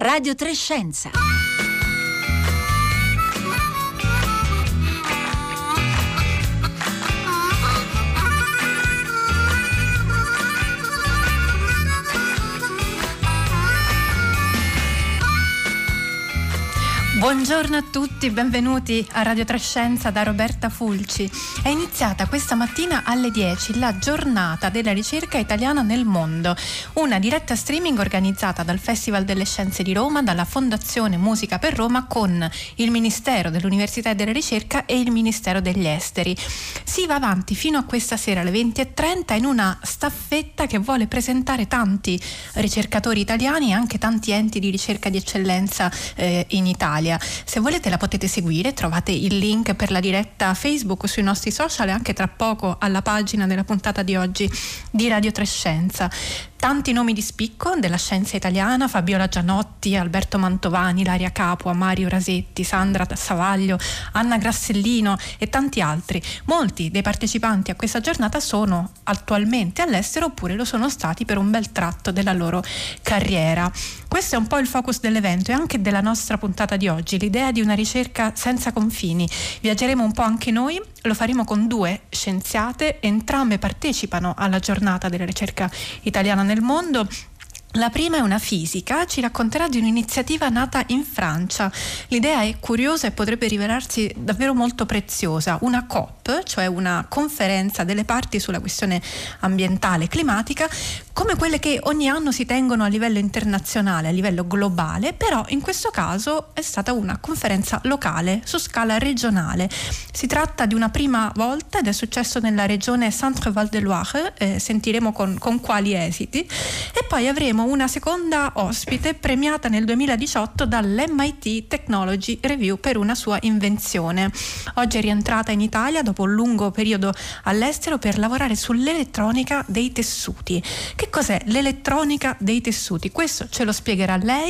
Radio 3 Scienza. Buongiorno a tutti, benvenuti a Radio 3 Scienza da Roberta Fulci. È iniziata questa mattina alle 10 la giornata della ricerca italiana nel mondo, una diretta streaming organizzata dal Festival delle Scienze di Roma, dalla Fondazione Musica per Roma con il Ministero dell'Università e della Ricerca e il Ministero degli Esteri. Si va avanti fino a questa sera alle 20:30 in una staffetta che vuole presentare tanti ricercatori italiani e anche tanti enti di ricerca di eccellenza in Italia. Se volete la potete seguire, trovate il link per la diretta Facebook sui nostri social e anche tra poco alla pagina della puntata di oggi di Radio 3 Scienza. Tanti nomi di spicco della scienza italiana: Fabiola Gianotti, Alberto Mantovani, Ilaria Capua, Mario Rasetti, Sandra Savaglio, Anna Grassellino e tanti altri. Molti dei partecipanti a questa giornata sono attualmente all'estero oppure lo sono stati per un bel tratto della loro carriera. Questo è un po' il focus dell'evento e anche della nostra puntata di oggi, l'idea di una ricerca senza confini. Viaggeremo un po' anche noi, lo faremo con due scienziate, entrambe partecipano alla giornata della ricerca italiana nel mondo. La prima è una fisica, ci racconterà di un'iniziativa nata in Francia. L'idea è curiosa e potrebbe rivelarsi davvero molto preziosa. Una COP, cioè una conferenza delle parti sulla questione ambientale e climatica, come quelle che ogni anno si tengono a livello internazionale, a livello globale, però in questo caso è stata una conferenza locale, su scala regionale. Si tratta di una prima volta ed è successo nella regione Centre-Val de Loire, sentiremo con quali esiti, e poi avremo una seconda ospite premiata nel 2018 dall'MIT Technology Review per una sua invenzione. Oggi è rientrata in Italia dopo un lungo periodo all'estero per lavorare sull'elettronica dei tessuti. Che cos'è l'elettronica dei tessuti? Questo ce lo spiegherà lei.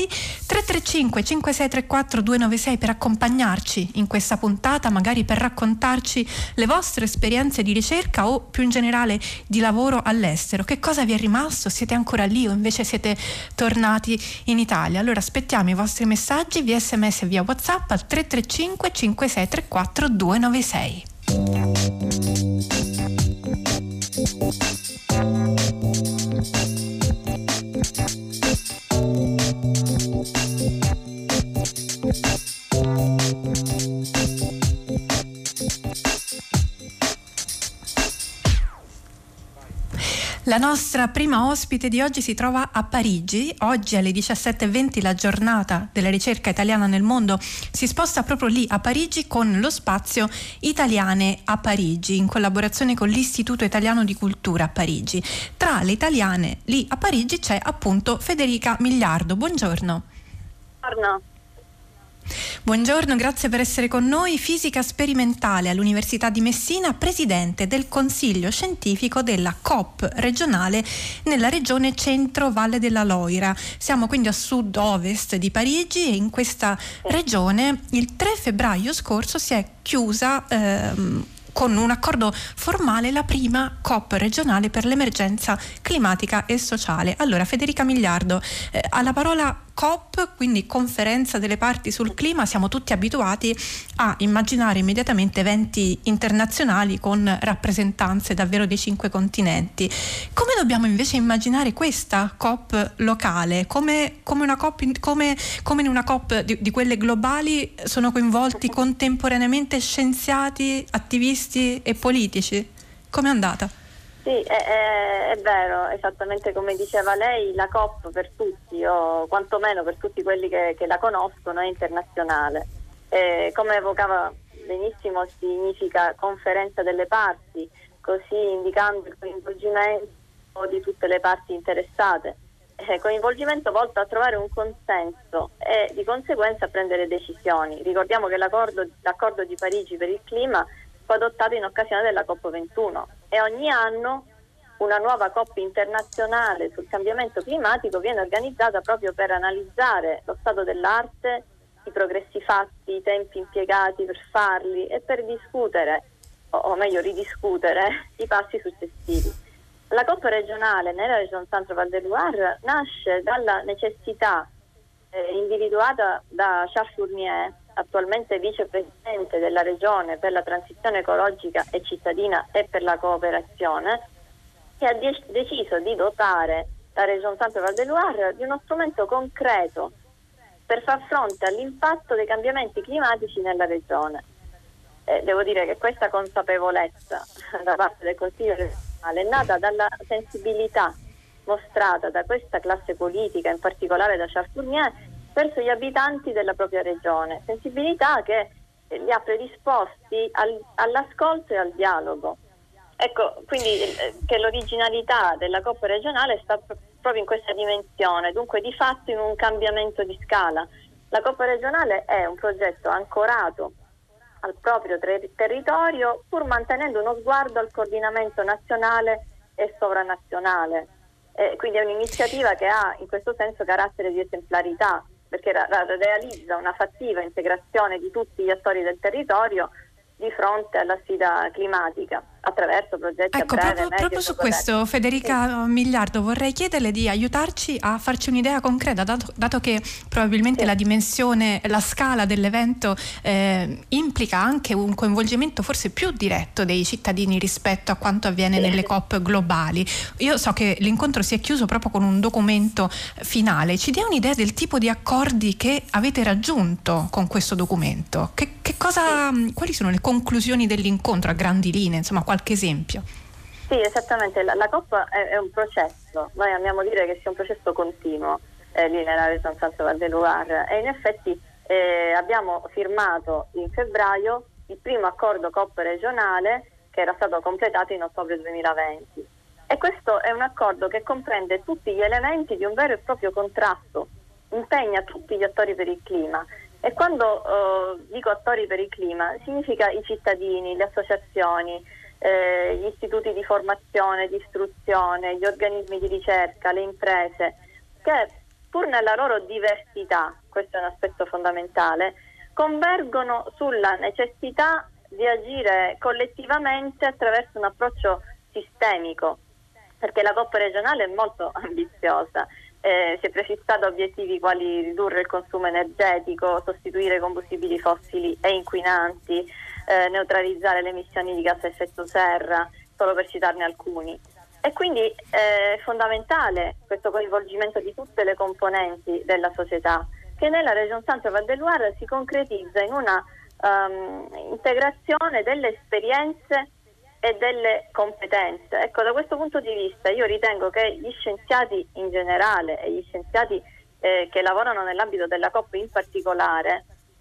335 5634 296 per accompagnarci in questa puntata, magari per raccontarci le vostre esperienze di ricerca o più in generale di lavoro all'estero. Che cosa vi è rimasto? Siete ancora lì o invece siete tornati in Italia? Allora aspettiamo i vostri messaggi via SMS e via WhatsApp al 335 5634 296. La nostra prima ospite di oggi si trova a Parigi. Oggi alle 17:20 la giornata della ricerca italiana nel mondo si sposta proprio lì a Parigi con lo spazio Italiane a Parigi, in collaborazione con l'Istituto Italiano di Cultura a Parigi. Tra le italiane lì a Parigi c'è appunto Federica Migliardo. Buongiorno. Buongiorno. Buongiorno, grazie per essere con noi. Fisica sperimentale all'Università di Messina, presidente del Consiglio Scientifico della COP regionale nella regione Centro-Valle della Loira. Siamo quindi a sud-ovest di Parigi e in questa regione il 3 febbraio scorso si è chiusa con un accordo formale la prima COP regionale per l'emergenza climatica e sociale. Allora, Federica Migliardo, alla parola COP, quindi conferenza delle parti sul clima, siamo tutti abituati a immaginare immediatamente eventi internazionali con rappresentanze davvero dei 5 continenti. Come dobbiamo invece immaginare questa COP locale? Come in una COP di quelle globali sono coinvolti contemporaneamente scienziati, attivisti e politici? Com'è andata? Sì, è vero, esattamente come diceva lei, la COP per tutti, o quantomeno per tutti quelli che la conoscono, è internazionale. Come evocava benissimo, significa conferenza delle parti, così indicando il coinvolgimento di tutte le parti interessate. Coinvolgimento volto a trovare un consenso e di conseguenza a prendere decisioni. Ricordiamo che l'accordo di Parigi per il clima fu adottato in occasione della COP21 e ogni anno una nuova COP internazionale sul cambiamento climatico viene organizzata proprio per analizzare lo stato dell'arte, i progressi fatti, i tempi impiegati per farli e per discutere, o meglio ridiscutere, i passi successivi. La COP regionale nella regione Centre-Val de Loire nasce dalla necessità individuata da Charles Fournier, attualmente vicepresidente della Regione per la transizione ecologica e cittadina e per la cooperazione, che ha deciso di dotare la Regione Centre-Val de Loire di uno strumento concreto per far fronte all'impatto dei cambiamenti climatici nella regione. Devo dire che questa consapevolezza da parte del Consiglio regionale è nata dalla sensibilità mostrata da questa classe politica, in particolare da Charles Fournier, verso gli abitanti della propria regione, sensibilità che li ha predisposti all'ascolto e al dialogo. Ecco, quindi che l'originalità della COP regionale sta proprio in questa dimensione, dunque di fatto in un cambiamento di scala. La COP regionale è un progetto ancorato al proprio territorio, pur mantenendo uno sguardo al coordinamento nazionale e sovranazionale. Quindi è un'iniziativa che ha in questo senso carattere di esemplarità, perché realizza una fattiva integrazione di tutti gli attori del territorio di fronte alla sfida climatica attraverso progetti a breve, medio proprio su questo, Federica Migliardo, vorrei chiederle di aiutarci a farci un'idea concreta, dato che probabilmente la dimensione, la scala dell'evento implica anche un coinvolgimento forse più diretto dei cittadini rispetto a quanto avviene nelle COP globali. Io so che l'incontro si è chiuso proprio con un documento finale. Ci dia un'idea del tipo di accordi che avete raggiunto con questo documento? Quali sono le conclusioni dell'incontro a grandi linee, insomma qualche esempio? Sì, esattamente, la COP è un processo, noi amiamo dire che sia un processo continuo lì nella Regione Centre-Val de Loire, e in effetti abbiamo firmato in febbraio il primo accordo COP regionale che era stato completato in ottobre 2020, e questo è un accordo che comprende tutti gli elementi di un vero e proprio contratto, impegna tutti gli attori per il clima. E quando dico attori per il clima, significa i cittadini, le associazioni, gli istituti di formazione, di istruzione, gli organismi di ricerca, le imprese, che pur nella loro diversità, questo è un aspetto fondamentale, convergono sulla necessità di agire collettivamente attraverso un approccio sistemico, perché la COP regionale è molto ambiziosa. Si è prefissata obiettivi quali ridurre il consumo energetico, sostituire combustibili fossili e inquinanti, neutralizzare le emissioni di gas a effetto serra, solo per citarne alcuni. E quindi è fondamentale questo coinvolgimento di tutte le componenti della società, che nella Regione Centre-Val de Loire si concretizza in una integrazione delle esperienze e delle competenze. Ecco, da questo punto di vista io ritengo che gli scienziati in generale e gli scienziati che lavorano nell'ambito della COP in particolare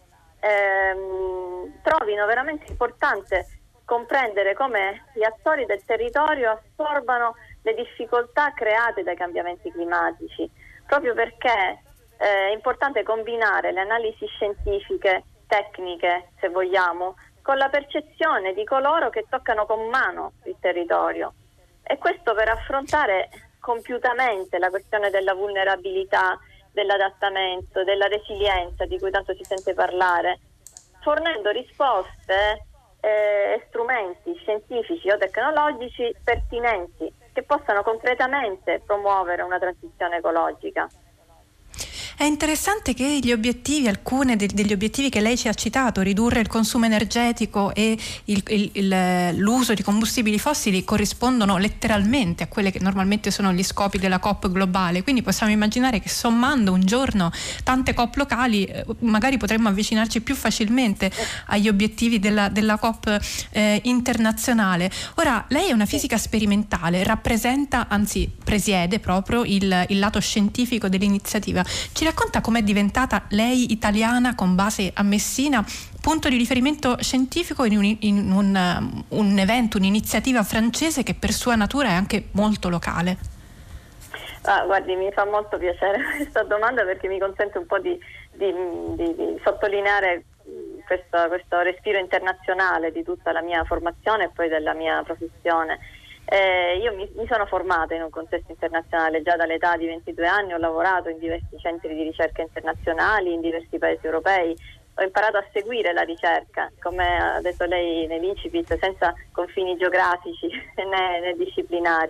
trovino veramente importante comprendere come gli attori del territorio assorbano le difficoltà create dai cambiamenti climatici, proprio perché è importante combinare le analisi scientifiche, tecniche, se vogliamo, con la percezione di coloro che toccano con mano il territorio, e questo per affrontare compiutamente la questione della vulnerabilità, dell'adattamento, della resilienza di cui tanto si sente parlare, fornendo risposte e strumenti scientifici o tecnologici pertinenti che possano concretamente promuovere una transizione ecologica. È interessante che gli obiettivi, alcuni degli obiettivi che lei ci ha citato, ridurre il consumo energetico e l'uso di combustibili fossili, corrispondono letteralmente a quelli che normalmente sono gli scopi della COP globale. Quindi possiamo immaginare che sommando un giorno tante COP locali magari potremmo avvicinarci più facilmente agli obiettivi della COP internazionale. Ora, lei è una fisica sperimentale, rappresenta, anzi presiede proprio il lato scientifico dell'iniziativa. Ci racconta com'è diventata lei italiana con base a Messina punto di riferimento scientifico in un evento, un'iniziativa francese che per sua natura è anche molto locale? Guardi, mi fa molto piacere questa domanda, perché mi consente un po' di sottolineare questo respiro internazionale di tutta la mia formazione e poi della mia professione. Io mi sono formata in un contesto internazionale già dall'età di 22 anni, ho lavorato in diversi centri di ricerca internazionali, in diversi paesi europei, ho imparato a seguire la ricerca, come ha detto lei nell'incipit, senza confini geografici né disciplinari.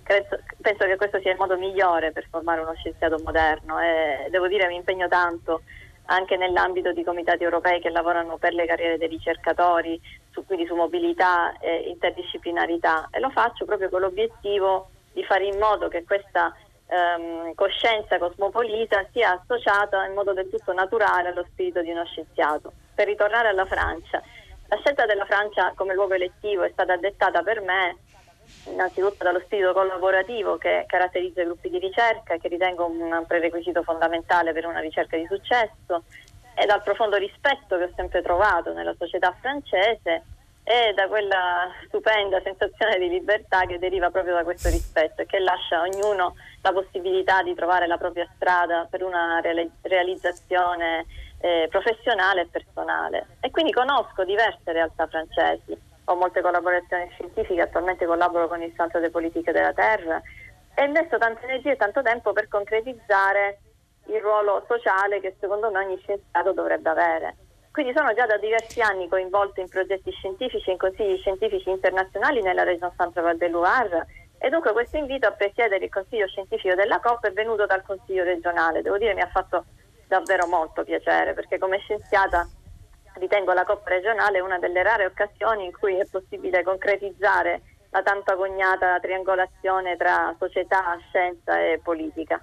penso che questo sia il modo migliore per formare uno scienziato moderno, e devo dire mi impegno tanto anche nell'ambito di comitati europei che lavorano per le carriere dei ricercatori, quindi su mobilità e interdisciplinarità, e lo faccio proprio con l'obiettivo di fare in modo che questa coscienza cosmopolita sia associata in modo del tutto naturale allo spirito di uno scienziato. Per ritornare alla Francia, la scelta della Francia come luogo elettivo è stata dettata per me innanzitutto dallo spirito collaborativo che caratterizza i gruppi di ricerca, che ritengo un prerequisito fondamentale per una ricerca di successo, e dal profondo rispetto che ho sempre trovato nella società francese e da quella stupenda sensazione di libertà che deriva proprio da questo rispetto e che lascia a ognuno la possibilità di trovare la propria strada per una realizzazione professionale e personale. E quindi conosco diverse realtà francesi, ho molte collaborazioni scientifiche, attualmente collaboro con il Centre de Politique de la Terre e investo tante energie e tanto tempo per concretizzare il ruolo sociale che secondo me ogni scienziato dovrebbe avere. Quindi sono già da diversi anni coinvolta in progetti scientifici e in consigli scientifici internazionali nella regione Centre-Val de Loire, e dunque questo invito a presiedere il consiglio scientifico della COP è venuto dal consiglio regionale. Devo dire mi ha fatto davvero molto piacere, perché come scienziata ritengo la COP regionale una delle rare occasioni in cui è possibile concretizzare la tanto agognata triangolazione tra società, scienza e politica.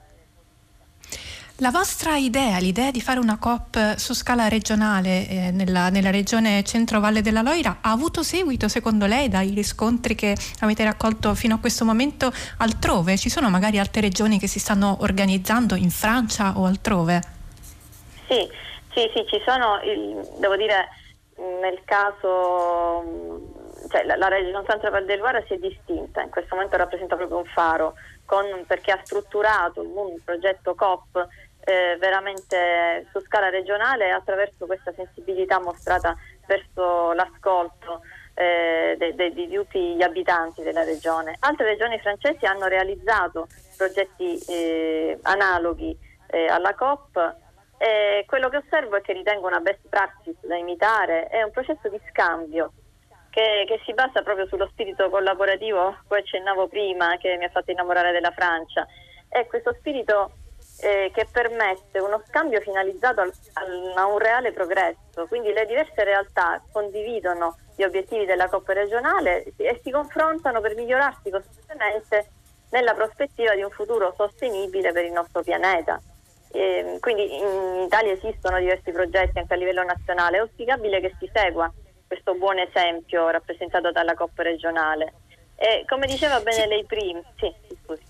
La vostra idea, l'idea di fare una COP su scala regionale nella regione Centro-Valle della Loira, ha avuto seguito secondo lei dai riscontri che avete raccolto fino a questo momento altrove? Ci sono magari altre regioni che si stanno organizzando in Francia o altrove? Sì, ci sono, devo dire, nel caso, cioè la regione Centro-Val de Loire si è distinta, in questo momento rappresenta proprio un faro, perché ha strutturato un progetto COP veramente su scala regionale attraverso questa sensibilità mostrata verso l'ascolto di tutti gli abitanti della regione. Altre regioni francesi hanno realizzato progetti analoghi alla COP. Quello che osservo e che ritengo una best practice da imitare è un processo di scambio che si basa proprio sullo spirito collaborativo a cui accennavo prima, che mi ha fatto innamorare della Francia. È questo spirito che permette uno scambio finalizzato a un reale progresso, quindi le diverse realtà condividono gli obiettivi della COP regionale e si confrontano per migliorarsi costantemente nella prospettiva di un futuro sostenibile per il nostro pianeta. Quindi in Italia esistono diversi progetti anche a livello nazionale, è auspicabile che si segua questo buon esempio rappresentato dalla COP regionale. E come diceva bene lei prima, sì, scusi.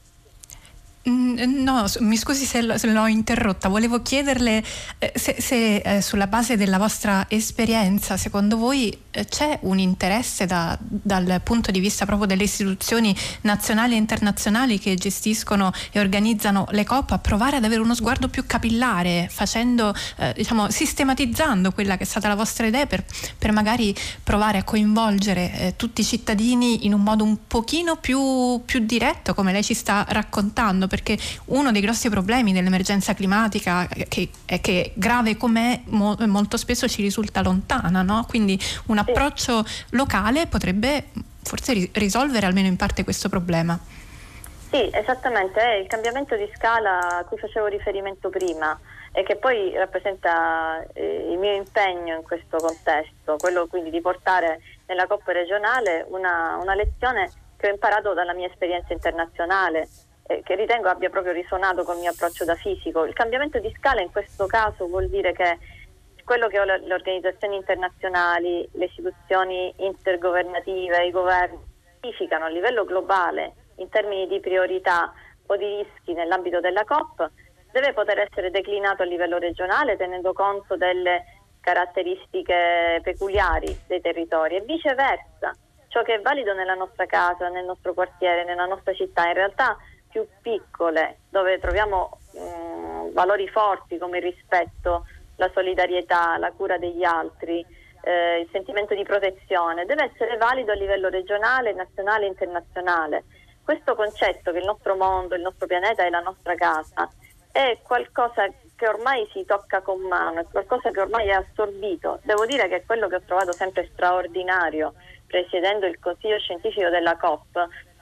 No, mi scusi se l'ho interrotta, volevo chiederle se sulla base della vostra esperienza, secondo voi c'è un interesse dal punto di vista proprio delle istituzioni nazionali e internazionali che gestiscono e organizzano le COP a provare ad avere uno sguardo più capillare, facendo, sistematizzando quella che è stata la vostra idea per magari provare a coinvolgere tutti i cittadini in un modo un pochino più diretto, come lei ci sta raccontando, perché uno dei grossi problemi dell'emergenza climatica, che è grave com'è, molto spesso ci risulta lontana, no? Quindi un approccio locale potrebbe forse risolvere almeno in parte questo problema. Sì, esattamente, è il cambiamento di scala a cui facevo riferimento prima e che poi rappresenta il mio impegno in questo contesto, quello quindi di portare nella COP regionale una lezione che ho imparato dalla mia esperienza internazionale, che ritengo abbia proprio risuonato col mio approccio da fisico. Il cambiamento di scala in questo caso vuol dire che quello che le organizzazioni internazionali, le istituzioni intergovernative, i governi identificano a livello globale in termini di priorità o di rischi nell'ambito della COP deve poter essere declinato a livello regionale tenendo conto delle caratteristiche peculiari dei territori e viceversa. Ciò che è valido nella nostra casa, nel nostro quartiere, nella nostra città, in realtà più piccole, dove troviamo valori forti come il rispetto, la solidarietà, la cura degli altri, il sentimento di protezione, deve essere valido a livello regionale, nazionale e internazionale. Questo concetto che il nostro mondo, il nostro pianeta è la nostra casa è qualcosa che ormai si tocca con mano, è qualcosa che ormai è assorbito. Devo dire che è quello che ho trovato sempre straordinario presiedendo il Consiglio Scientifico della COP,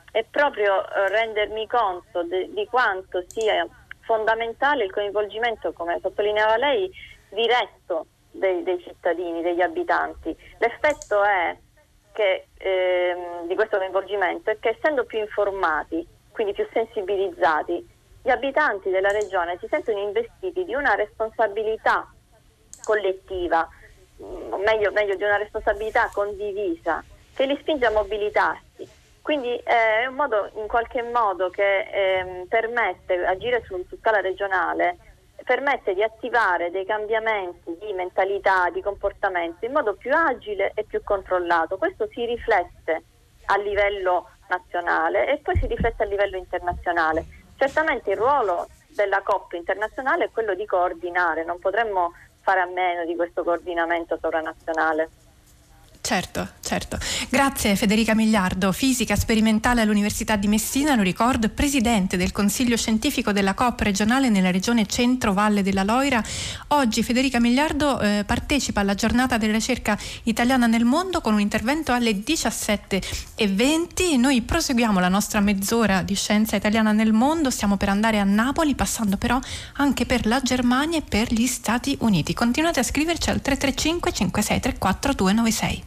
è proprio rendermi conto di quanto sia fondamentale il coinvolgimento, come sottolineava lei, diretto dei cittadini, degli abitanti. L'effetto è che di questo coinvolgimento è che, essendo più informati, quindi più sensibilizzati, gli abitanti della regione si sentono investiti di una responsabilità collettiva, meglio di una responsabilità condivisa, che li spinge a mobilitarsi. Quindi è un modo, in qualche modo, che permette, agire su scala regionale, permette di attivare dei cambiamenti di mentalità, di comportamento in modo più agile e più controllato. Questo si riflette a livello nazionale e poi si riflette a livello internazionale. Certamente il ruolo della COP internazionale è quello di coordinare, non potremmo fare a meno di questo coordinamento sovranazionale. Certo. Grazie Federica Migliardo, fisica sperimentale all'Università di Messina, lo ricordo, presidente del Consiglio Scientifico della Coop regionale nella regione Centro-Valle della Loira. Oggi Federica Migliardo partecipa alla giornata della ricerca italiana nel mondo con un intervento alle 17:20. Noi proseguiamo la nostra mezz'ora di scienza italiana nel mondo, stiamo per andare a Napoli, passando però anche per la Germania e per gli Stati Uniti. Continuate a scriverci al 335 5634 296.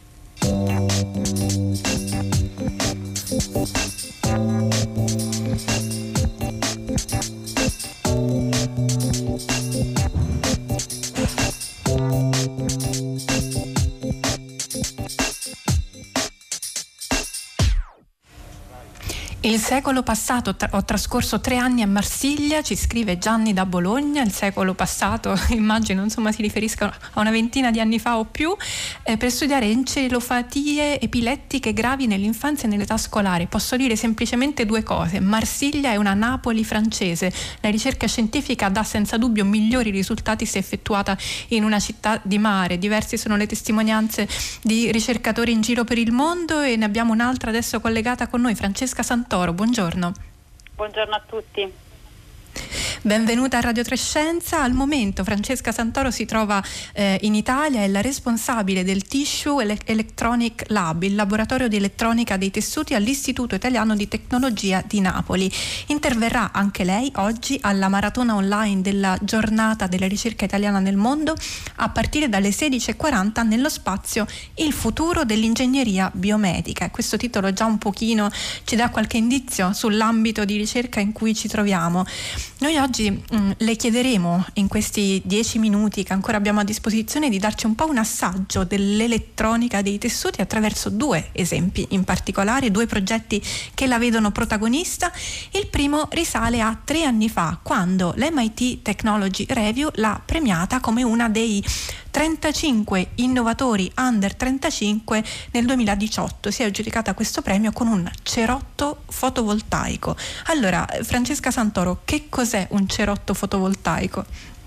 Il secolo passato, ho trascorso 3 anni a Marsiglia, ci scrive Gianni da Bologna. Il secolo passato, immagino, insomma, si riferisca a una ventina di anni fa o più, per studiare encefalopatie epilettiche gravi nell'infanzia e nell'età scolare. Posso dire semplicemente 2 cose: Marsiglia è una Napoli francese. La ricerca scientifica dà senza dubbio migliori risultati se effettuata in una città di mare. Diverse sono le testimonianze di ricercatori in giro per il mondo e ne abbiamo un'altra adesso collegata con noi, Francesca Santoro. Buongiorno. Buongiorno a tutti. Benvenuta a Radio Trescenza. Al momento Francesca Santoro si trova in Italia, è la responsabile del Tissue Electronic Lab, il laboratorio di elettronica dei tessuti all'Istituto Italiano di Tecnologia di Napoli. Interverrà anche lei oggi alla maratona online della giornata della ricerca italiana nel mondo a partire dalle 16:40 nello spazio Il futuro dell'ingegneria biomedica. Questo titolo già un pochino ci dà qualche indizio sull'ambito di ricerca in cui ci troviamo. Noi oggi le chiederemo in questi 10 minuti che ancora abbiamo a disposizione di darci un po' un assaggio dell'elettronica dei tessuti attraverso 2 esempi in particolare, 2 progetti che la vedono protagonista. Il primo risale a 3 anni fa, quando l'MIT Technology Review l'ha premiata come una dei 35 innovatori under 35 nel 2018. Si è aggiudicata questo premio con un cerotto fotovoltaico. Allora, Francesca Santoro, che cos'è un cerotto fotovoltaico?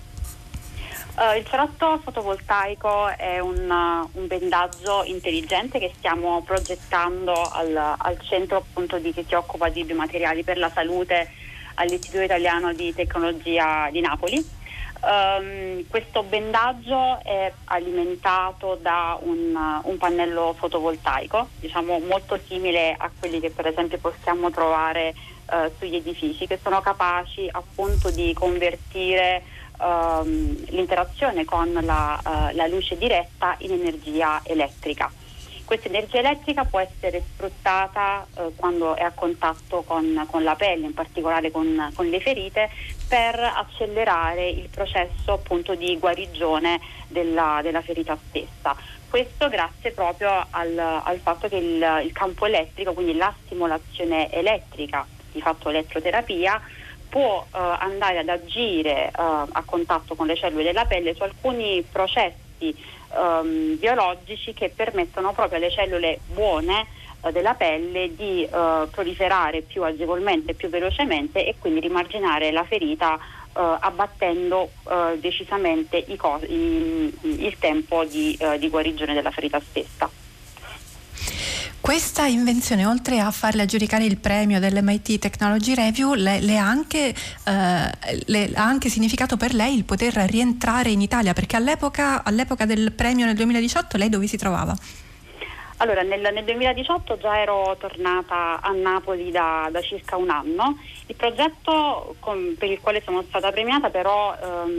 Il cerotto fotovoltaico è un bendaggio intelligente che stiamo progettando al centro, appunto, che si occupa di biomateriali per la salute all'Istituto Italiano di Tecnologia di Napoli. Questo bendaggio è alimentato da un pannello fotovoltaico, diciamo molto simile a quelli che per esempio possiamo trovare sugli edifici, che sono capaci appunto di convertire l'interazione con la luce diretta in energia elettrica. Questa energia elettrica può essere sfruttata quando è a contatto con la pelle, in particolare con le ferite, per accelerare il processo appunto di guarigione della ferita stessa. Questo grazie proprio al fatto che il campo elettrico, quindi la stimolazione elettrica, di fatto elettroterapia, può andare ad agire a contatto con le cellule della pelle su alcuni processi biologici che permettono proprio alle cellule buone della pelle di proliferare più agevolmente, più velocemente, e quindi rimarginare la ferita abbattendo decisamente il tempo di guarigione della ferita stessa. Questa invenzione, oltre a farle aggiudicare il premio dell'MIT Technology Review, le ha anche significato per lei il poter rientrare in Italia, perché all'epoca del premio nel 2018 lei dove si trovava? Allora, nel 2018 già ero tornata a Napoli da circa un anno. Il progetto per il quale sono stata premiata però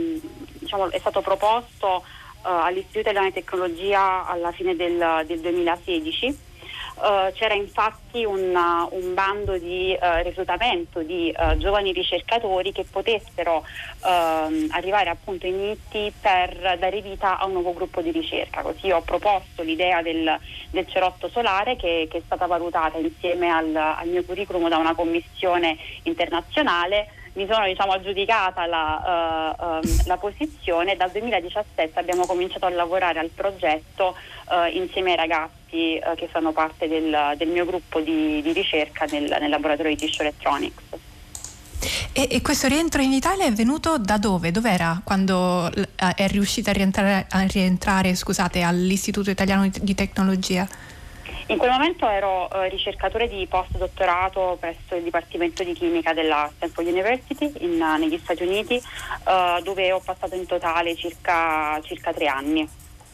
è stato proposto all'Istituto Italiano di Tecnologia alla fine del 2016. C'era infatti un bando di reclutamento di giovani ricercatori che potessero arrivare appunto in ITT per dare vita a un nuovo gruppo di ricerca. Così ho proposto l'idea del cerotto solare che è stata valutata insieme al mio curriculum da una commissione internazionale. Mi sono aggiudicata la posizione. Dal 2017 abbiamo cominciato a lavorare al progetto insieme ai ragazzi che fanno parte del mio gruppo di ricerca nel laboratorio di Tissue Electronics. E questo rientro in Italia è venuto da dove? Dov'era quando è riuscita a rientrare all'Istituto Italiano di Tecnologia? In quel momento ero ricercatore di postdottorato presso il Dipartimento di Chimica della Stanford University negli Stati Uniti, dove ho passato in totale circa 3 anni.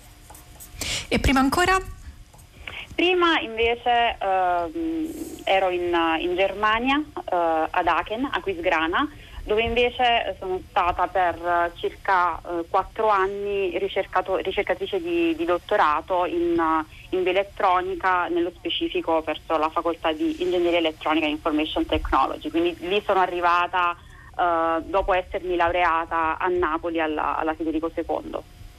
E prima ancora? Prima invece ero in Germania, ad Aachen, a Aquisgrana, dove invece sono stata per circa 4 anni ricercatrice di dottorato in bioelettronica, nello specifico verso la facoltà di Ingegneria Elettronica e Information Technology. Quindi lì sono arrivata dopo essermi laureata a Napoli alla Federico II.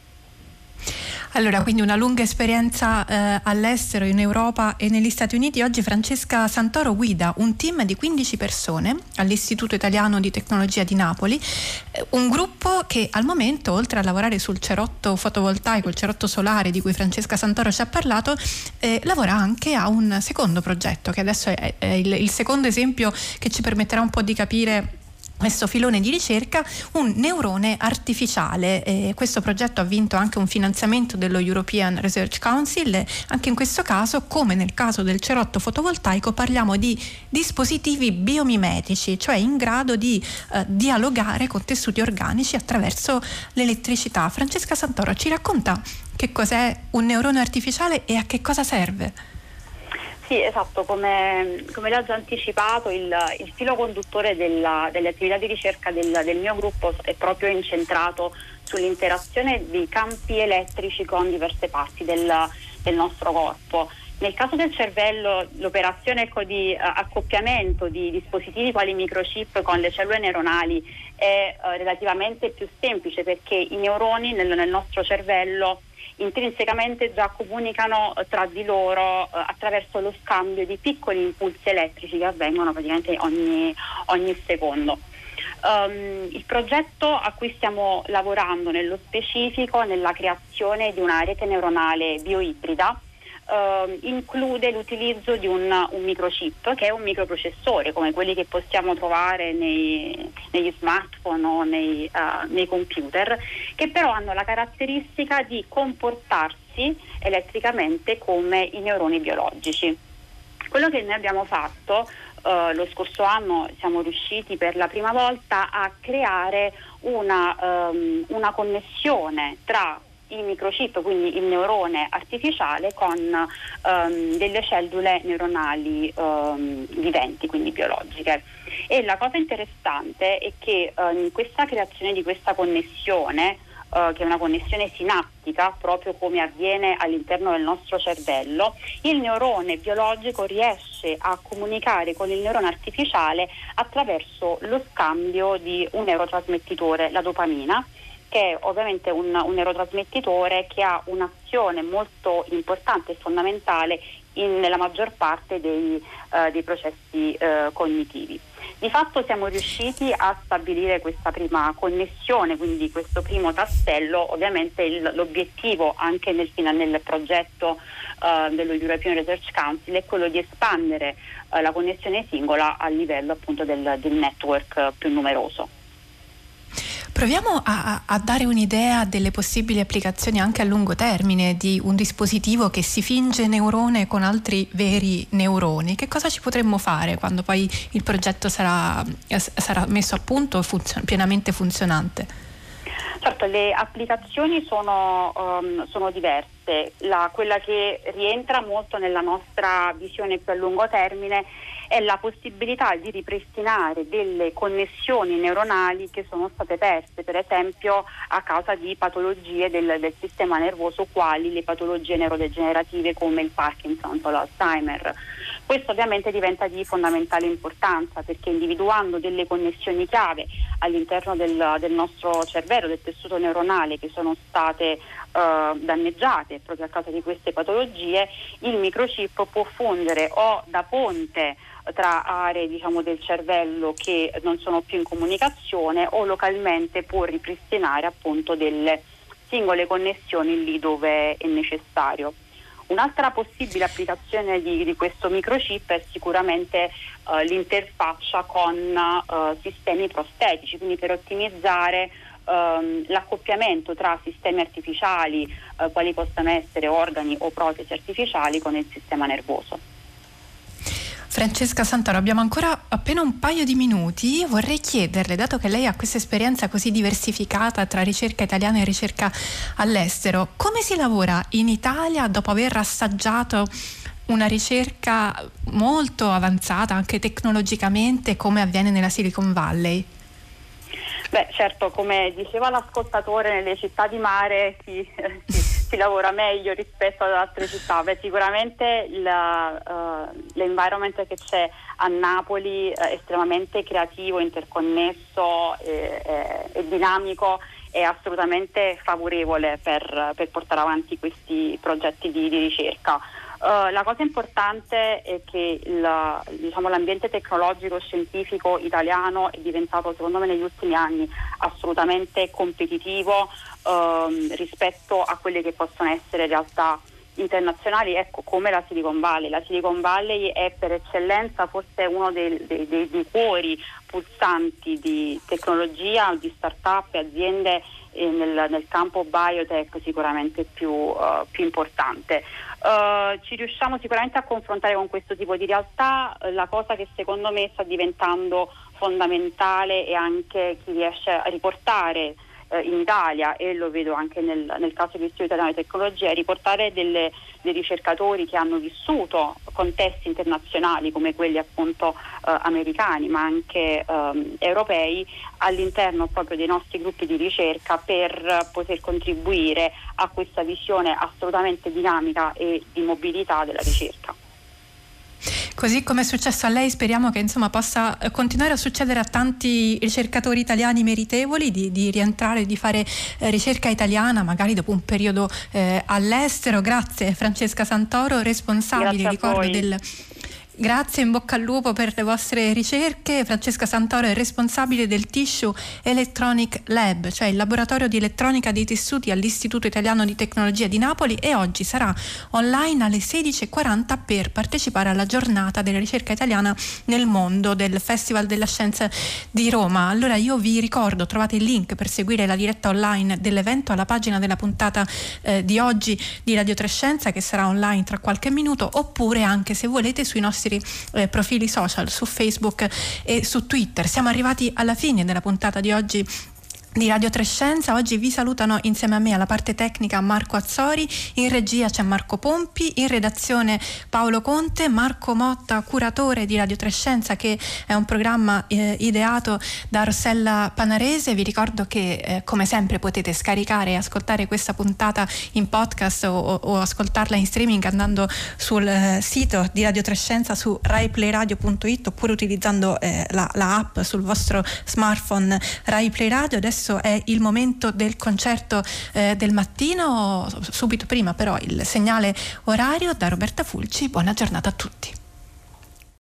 Allora, quindi una lunga esperienza all'estero, in Europa e negli Stati Uniti. Oggi Francesca Santoro guida un team di 15 persone all'Istituto Italiano di Tecnologia di Napoli, un gruppo che al momento, oltre a lavorare sul cerotto fotovoltaico, il cerotto solare di cui Francesca Santoro ci ha parlato, lavora anche a un secondo progetto, che adesso è il secondo esempio che ci permetterà un po' di capire questo filone di ricerca, un neurone artificiale. Questo progetto ha vinto anche un finanziamento dello European Research Council. Anche in questo caso, come nel caso del cerotto fotovoltaico, parliamo di dispositivi biomimetici, cioè in grado di dialogare con tessuti organici attraverso l'elettricità. Francesca Santoro ci racconta che cos'è un neurone artificiale e a che cosa serve? Sì, esatto, come lei ha già anticipato, il filo conduttore delle attività di ricerca del mio gruppo è proprio incentrato sull'interazione dei campi elettrici con diverse parti del nostro corpo. Nel caso del cervello, l'operazione di accoppiamento di dispositivi quali microchip con le cellule neuronali è relativamente più semplice, perché i neuroni nel nostro cervello intrinsecamente già comunicano tra di loro attraverso lo scambio di piccoli impulsi elettrici che avvengono praticamente ogni secondo. Il progetto a cui stiamo lavorando nello specifico, nella creazione di una rete neuronale bioibrida, include l'utilizzo di un microchip, che è un microprocessore come quelli che possiamo trovare negli smartphone o nei computer, che però hanno la caratteristica di comportarsi elettricamente come i neuroni biologici. Quello che noi abbiamo fatto lo scorso anno, siamo riusciti per la prima volta a creare una connessione tra il microchip, quindi il neurone artificiale, con delle cellule neuronali viventi, quindi biologiche. E la cosa interessante è che in questa creazione di questa connessione, che è una connessione sinaptica, proprio come avviene all'interno del nostro cervello, il neurone biologico riesce a comunicare con il neurone artificiale attraverso lo scambio di un neurotrasmettitore, la dopamina, che è ovviamente un neurotrasmettitore che ha un'azione molto importante e fondamentale nella maggior parte dei processi cognitivi. Di fatto siamo riusciti a stabilire questa prima connessione, quindi questo primo tassello. Ovviamente l'obiettivo anche nel progetto dello European Research Council è quello di espandere la connessione singola a livello appunto del network più numeroso. Proviamo a dare un'idea delle possibili applicazioni anche a lungo termine di un dispositivo che si finge neurone con altri veri neuroni. Che cosa ci potremmo fare quando poi il progetto sarà messo a punto e pienamente funzionante? Certo, le applicazioni sono diverse. queste, quella che rientra molto nella nostra visione più a lungo termine è la possibilità di ripristinare delle connessioni neuronali che sono state perse, per esempio a causa di patologie del sistema nervoso, quali le patologie neurodegenerative come il Parkinson o l'Alzheimer. Questo ovviamente diventa di fondamentale importanza, perché individuando delle connessioni chiave all'interno del nostro cervello, del tessuto neuronale, che sono state danneggiate proprio a causa di queste patologie, il microchip può fungere o da ponte tra aree, diciamo, del cervello che non sono più in comunicazione, o localmente può ripristinare appunto delle singole connessioni lì dove è necessario. Un'altra possibile applicazione di questo microchip è sicuramente l'interfaccia con sistemi prostetici, quindi per ottimizzare l'accoppiamento tra sistemi artificiali, quali possano essere organi o protesi artificiali, con il sistema nervoso. Francesca Santoro, abbiamo ancora appena un paio di minuti. Io vorrei chiederle, dato che lei ha questa esperienza così diversificata tra ricerca italiana e ricerca all'estero, come si lavora in Italia dopo aver assaggiato una ricerca molto avanzata anche tecnologicamente, come avviene nella Silicon Valley? Beh, certo, come diceva l'ascoltatore, nelle città di mare si lavora meglio rispetto ad altre città. Beh, sicuramente l'environment che c'è a Napoli è estremamente creativo, interconnesso e dinamico, è assolutamente favorevole per portare avanti questi progetti di ricerca. La cosa importante è che l'ambiente tecnologico scientifico italiano è diventato, secondo me, negli ultimi anni assolutamente competitivo rispetto a quelle che possono essere realtà internazionali, ecco, come la Silicon Valley. La Silicon Valley è per eccellenza forse uno dei cuori pulsanti di tecnologia, di start-up e aziende nel campo biotech sicuramente più importante. Ci riusciamo sicuramente a confrontare con questo tipo di realtà. La cosa che secondo me sta diventando fondamentale è anche chi riesce a riportare in Italia, e lo vedo anche nel caso dell'Istituto Italiano di Tecnologia, riportare dei ricercatori che hanno vissuto contesti internazionali come quelli appunto americani, ma anche europei, all'interno proprio dei nostri gruppi di ricerca, per poter contribuire a questa visione assolutamente dinamica e di mobilità della ricerca. Così come è successo a lei, speriamo che insomma possa continuare a succedere a tanti ricercatori italiani meritevoli di rientrare, di fare ricerca italiana, magari dopo un periodo all'estero. Grazie Francesca Santoro, responsabile, ricordo, del... Grazie, in bocca al lupo per le vostre ricerche. Francesca Santoro è responsabile del Tissue Electronic Lab, cioè il laboratorio di elettronica dei tessuti all'Istituto Italiano di Tecnologia di Napoli, e oggi sarà online alle 16:40 per partecipare alla giornata della ricerca italiana nel mondo del Festival della Scienza di Roma. Allora io vi ricordo, trovate il link per seguire la diretta online dell'evento alla pagina della puntata di oggi di Radio Trescenza, che sarà online tra qualche minuto, oppure anche, se volete, sui nostri profili social su Facebook e su Twitter. Siamo arrivati alla fine della puntata di oggi di Radio Trescenza. Oggi vi salutano insieme a me alla parte tecnica Marco Azzori, in regia c'è Marco Pompi, in redazione Paolo Conte, Marco Motta, curatore di Radio Trescenza, che è un programma ideato da Rossella Panarese. Vi ricordo che come sempre potete scaricare e ascoltare questa puntata in podcast o ascoltarla in streaming andando sul sito di Radio Trescenza su raiplayradio.it, oppure utilizzando la app sul vostro smartphone Rai Play Radio. Adesso è il momento del concerto del mattino, subito prima però il segnale orario da Roberta Fulci. Buona giornata a tutti.